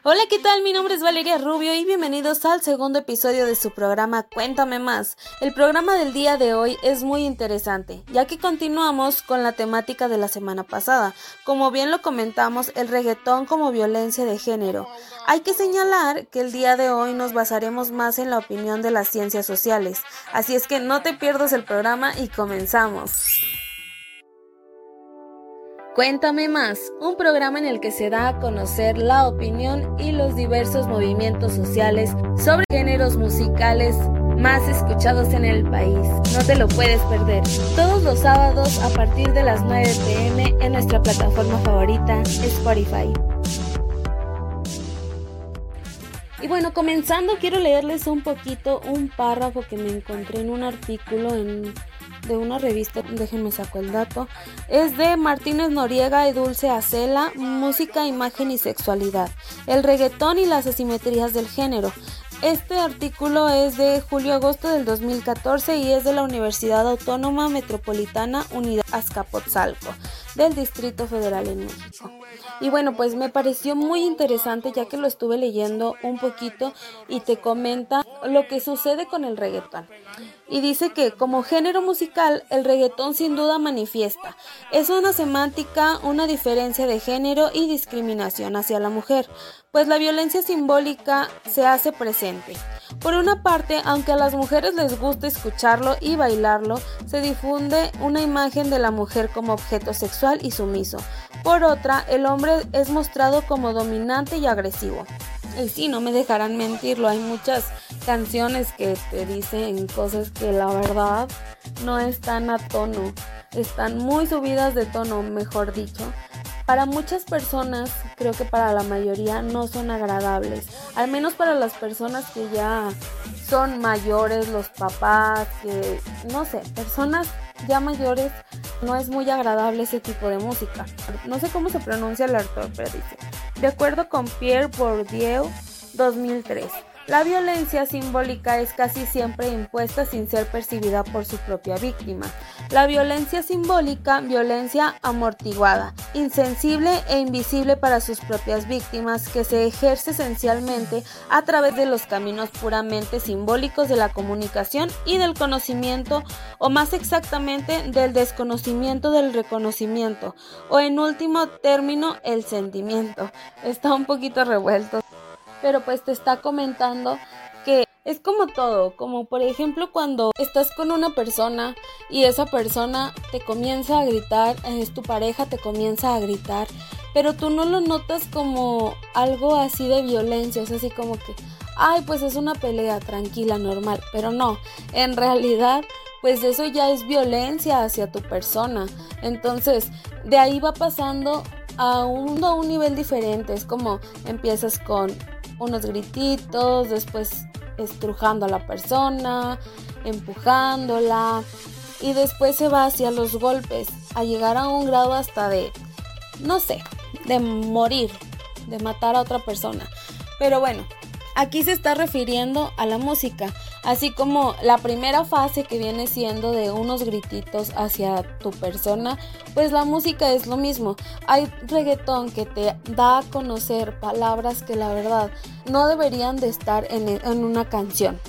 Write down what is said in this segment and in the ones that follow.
Hola, ¿qué tal? Mi nombre es Valeria Rubio y bienvenidos al segundo episodio de su programa Cuéntame Más. El programa del día de hoy es muy interesante, ya que continuamos con la temática de la semana pasada. Como bien lo comentamos, el reggaetón como violencia de género. Hay que señalar que el día de hoy nos basaremos más en la opinión de las ciencias sociales. Así es que no te pierdas el programa y comenzamos. Cuéntame Más, un programa en el que se da a conocer la opinión y los diversos movimientos sociales sobre géneros musicales más escuchados en el país. No te lo puedes perder. Todos los sábados a partir de las 9 p.m. en nuestra plataforma favorita, Spotify. Y bueno, comenzando quiero leerles un poquito un párrafo que me encontré en un artículo de una revista, déjenme saco el dato, es de Martínez Noriega y Dulce Acela, Música, Imagen y Sexualidad, el reggaetón y las asimetrías del género. Este artículo es de julio-agosto del 2014 y es de la Universidad Autónoma Metropolitana Unidad Azcapotzalco, del Distrito Federal en México. Y bueno, pues me pareció muy interesante ya que lo estuve leyendo un poquito y te comenta lo que sucede con el reggaetón. Y dice que como género musical, el reggaetón sin duda manifiesta. Es una semántica, una diferencia de género y discriminación hacia la mujer, pues la violencia simbólica se hace presente. Por una parte, aunque a las mujeres les gusta escucharlo y bailarlo, se difunde una imagen de la mujer como objeto sexual y sumiso. Por otra, el hombre es mostrado como dominante y agresivo. Y sí, no me dejarán mentirlo, hay muchas canciones que te dicen cosas que la verdad no están a tono, están muy subidas de tono, mejor dicho. Para muchas personas, creo que para la mayoría no son agradables, al menos para las personas que ya son mayores, los papás, que no sé, personas ya mayores, no es muy agradable ese tipo de música. No sé cómo se pronuncia el autor, pero dice, de acuerdo con Pierre Bourdieu, 2003. La violencia simbólica es casi siempre impuesta sin ser percibida por su propia víctima. La violencia simbólica, violencia amortiguada, insensible e invisible para sus propias víctimas, que se ejerce esencialmente a través de los caminos puramente simbólicos de la comunicación y del conocimiento, o más exactamente del desconocimiento del reconocimiento, o en último término el sentimiento. Está un poquito revuelto, pero pues te está comentando que es como todo, como por ejemplo cuando estás con una persona y esa persona te comienza a gritar, es tu pareja, te comienza a gritar, pero tú no lo notas como algo así de violencia, es así como que, ay, pues es una pelea tranquila, normal, pero no, en realidad pues eso ya es violencia hacia tu persona. Entonces de ahí va pasando a un nivel diferente, es como empiezas con unos grititos, después estrujando a la persona, empujándola y después se va hacia los golpes, a llegar a un grado hasta de, no sé, de morir, de matar a otra persona. Pero bueno, aquí se está refiriendo a la música, así como la primera fase que viene siendo de unos grititos hacia tu persona, pues la música es lo mismo. Hay reggaetón que te da a conocer palabras que la verdad no deberían de estar en una canción.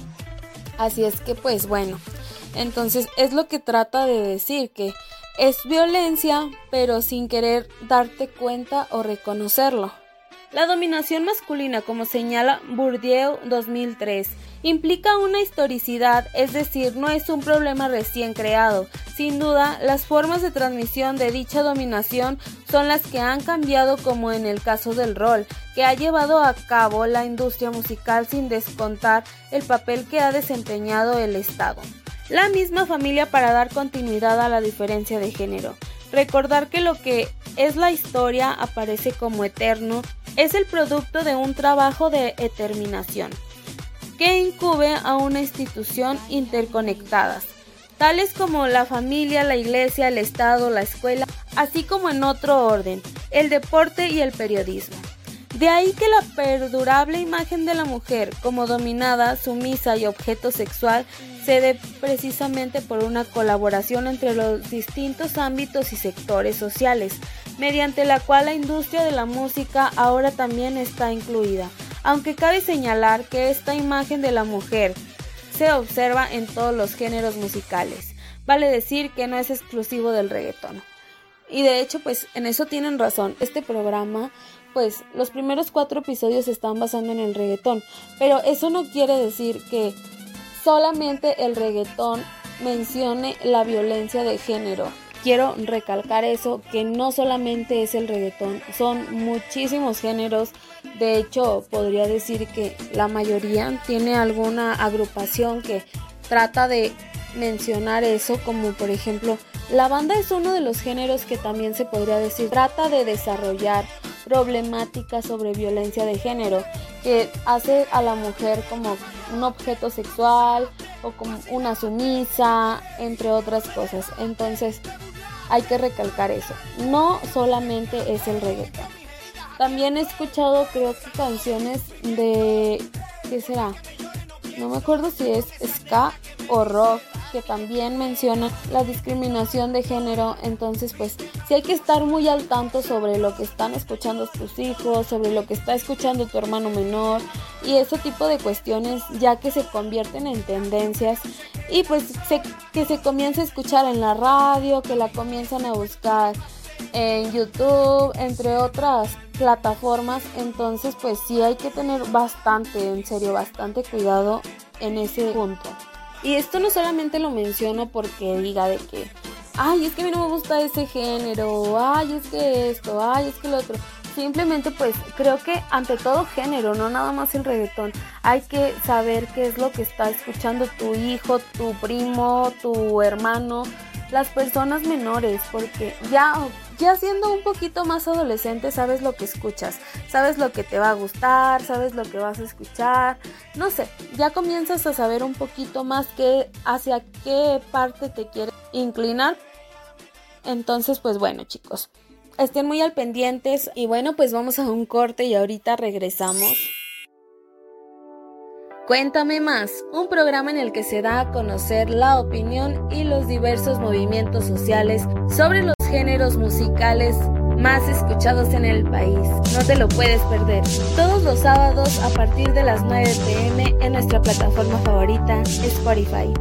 Así es que pues bueno, entonces es lo que trata de decir, que es violencia pero sin querer darte cuenta o reconocerlo. La dominación masculina, como señala Bourdieu 2003, implica una historicidad, es decir, no es un problema recién creado. Sin duda, las formas de transmisión de dicha dominación son las que han cambiado, como en el caso del rol, que ha llevado a cabo la industria musical sin descontar el papel que ha desempeñado el Estado. La misma familia para dar continuidad a la diferencia de género. Recordar que lo que es la historia aparece como eterno, es el producto de un trabajo de determinación que incube a una institución interconectadas, tales como la familia, la iglesia, el Estado, la escuela, así como en otro orden, el deporte y el periodismo. De ahí que la perdurable imagen de la mujer como dominada, sumisa y objeto sexual se dé precisamente por una colaboración entre los distintos ámbitos y sectores sociales, mediante la cual la industria de la música ahora también está incluida, aunque cabe señalar que esta imagen de la mujer se observa en todos los géneros musicales. Vale decir que no es exclusivo del reggaetón. Y de hecho, pues en eso tienen razón. Este programa, pues los primeros 4 episodios se están basando en el reggaetón, pero eso no quiere decir que solamente el reggaetón mencione la violencia de género. Quiero recalcar eso, que no solamente es el reggaetón, son muchísimos géneros. De hecho, podría decir que la mayoría tiene alguna agrupación que trata de mencionar eso, como por ejemplo, la banda es uno de los géneros que también se podría decir trata de desarrollar problemáticas sobre violencia de género, que hace a la mujer como un objeto sexual o como una sumisa, entre otras cosas. Entonces hay que recalcar eso, no solamente es el reggaetón. También he escuchado, creo que canciones de, ¿qué será? No me acuerdo si es ska o rock, que también mencionan la discriminación de género. Entonces pues sí hay que estar muy al tanto sobre lo que están escuchando tus hijos, sobre lo que está escuchando tu hermano menor y ese tipo de cuestiones, ya que se convierten en tendencias y pues que se comienza a escuchar en la radio, que la comienzan a buscar en YouTube, entre otras plataformas. Entonces pues sí hay que tener bastante cuidado en ese punto. Y esto no solamente lo menciono porque diga de que ay, es que a mí no me gusta ese género, ay, es que esto, ay, es que lo otro. Simplemente pues creo que ante todo género, no nada más el reggaetón, hay que saber qué es lo que está escuchando tu hijo, tu primo, tu hermano, las personas menores, porque ya siendo un poquito más adolescente sabes lo que escuchas, sabes lo que te va a gustar, sabes lo que vas a escuchar, no sé, ya comienzas a saber un poquito más hacia qué parte te quieres inclinar. Entonces pues bueno, chicos, estén muy al pendientes y bueno, pues vamos a un corte y ahorita regresamos. Cuéntame más, un programa en el que se da a conocer la opinión y los diversos movimientos sociales sobre los géneros musicales más escuchados en el país. No te lo puedes perder. Todos los sábados a partir de las 9 p.m. en nuestra plataforma favorita, Spotify.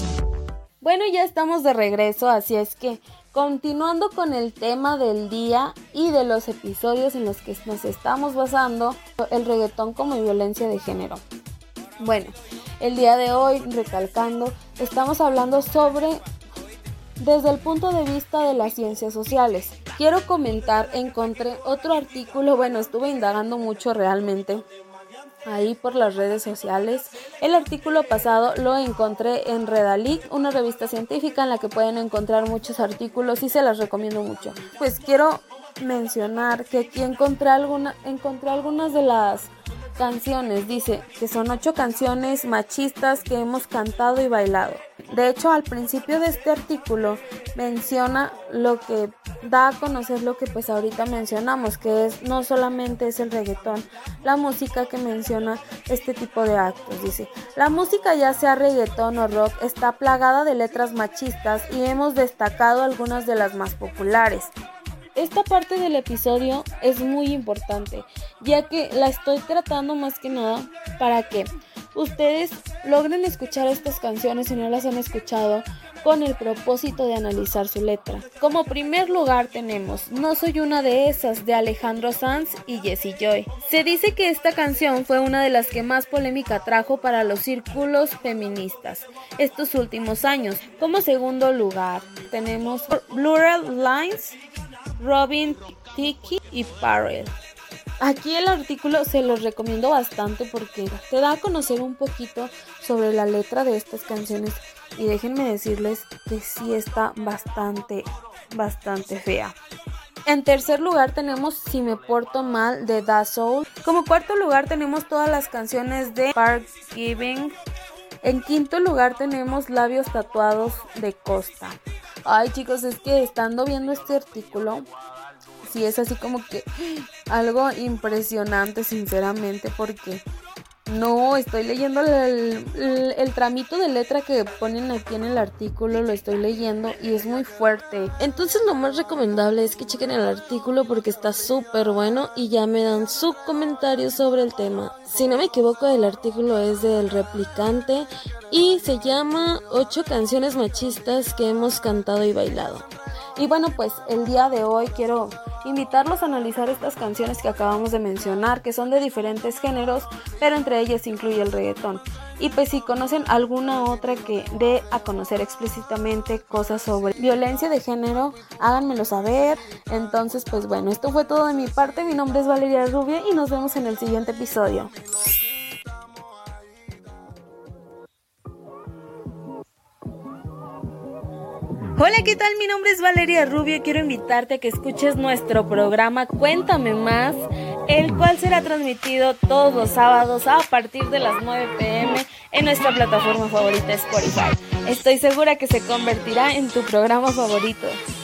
Bueno, ya estamos de regreso, así es que continuando con el tema del día y de los episodios en los que nos estamos basando, el reggaetón como violencia de género. Bueno, el día de hoy, recalcando, estamos hablando sobre desde el punto de vista de las ciencias sociales. Quiero comentar, encontré otro artículo, bueno, estuve indagando mucho realmente ahí por las redes sociales. El artículo pasado lo encontré en Redalic, una revista científica en la que pueden encontrar muchos artículos y se las recomiendo mucho. Pues quiero mencionar que aquí encontré algunas de las canciones. Dice que son 8 canciones machistas que hemos cantado y bailado. De hecho, al principio de este artículo menciona lo que da a conocer lo que pues ahorita mencionamos, que es no solamente es el reggaetón, la música que menciona este tipo de actos. Dice, la música, ya sea reggaetón o rock, está plagada de letras machistas y hemos destacado algunas de las más populares. Esta parte del episodio es muy importante, ya que la estoy tratando más que nada para que ustedes logren escuchar estas canciones si no las han escuchado, con el propósito de analizar su letra. Como primer lugar tenemos No soy una de esas, de Alejandro Sanz y Jessie Joy. Se dice que esta canción fue una de las que más polémica trajo para los círculos feministas estos últimos años. Como segundo lugar tenemos Blurred Lines, Robin Thicke y Pharrell. Aquí el artículo se los recomiendo bastante porque te da a conocer un poquito sobre la letra de estas canciones y déjenme decirles que sí está bastante fea. En tercer lugar tenemos Si me porto mal, de Da Soul. Como cuarto lugar tenemos todas las canciones de Park Giving. En quinto lugar tenemos Labios tatuados, de Costa. Ay, chicos, es que estando viendo este artículo, sí es así como que algo impresionante, sinceramente, porque No, estoy leyendo el tramito de letra que ponen aquí en el artículo, lo estoy leyendo y es muy fuerte. Entonces lo más recomendable es que chequen el artículo porque está súper bueno y ya me dan su comentario sobre el tema. Si no me equivoco, el artículo es del Replicante y se llama 8 canciones machistas que hemos cantado y bailado. Y bueno, pues el día de hoy quiero invitarlos a analizar estas canciones que acabamos de mencionar, que son de diferentes géneros, pero entre ellas incluye el reggaetón. Y pues si conocen alguna otra que dé a conocer explícitamente cosas sobre violencia de género, háganmelo saber. Entonces, pues bueno, esto fue todo de mi parte. Mi nombre es Valeria Rubio y nos vemos en el siguiente episodio. Hola, ¿qué tal? Mi nombre es Valeria Rubio y quiero invitarte a que escuches nuestro programa Cuéntame Más, el cual será transmitido todos los sábados a partir de las 9 p.m. en nuestra plataforma favorita Spotify. Estoy segura que se convertirá en tu programa favorito.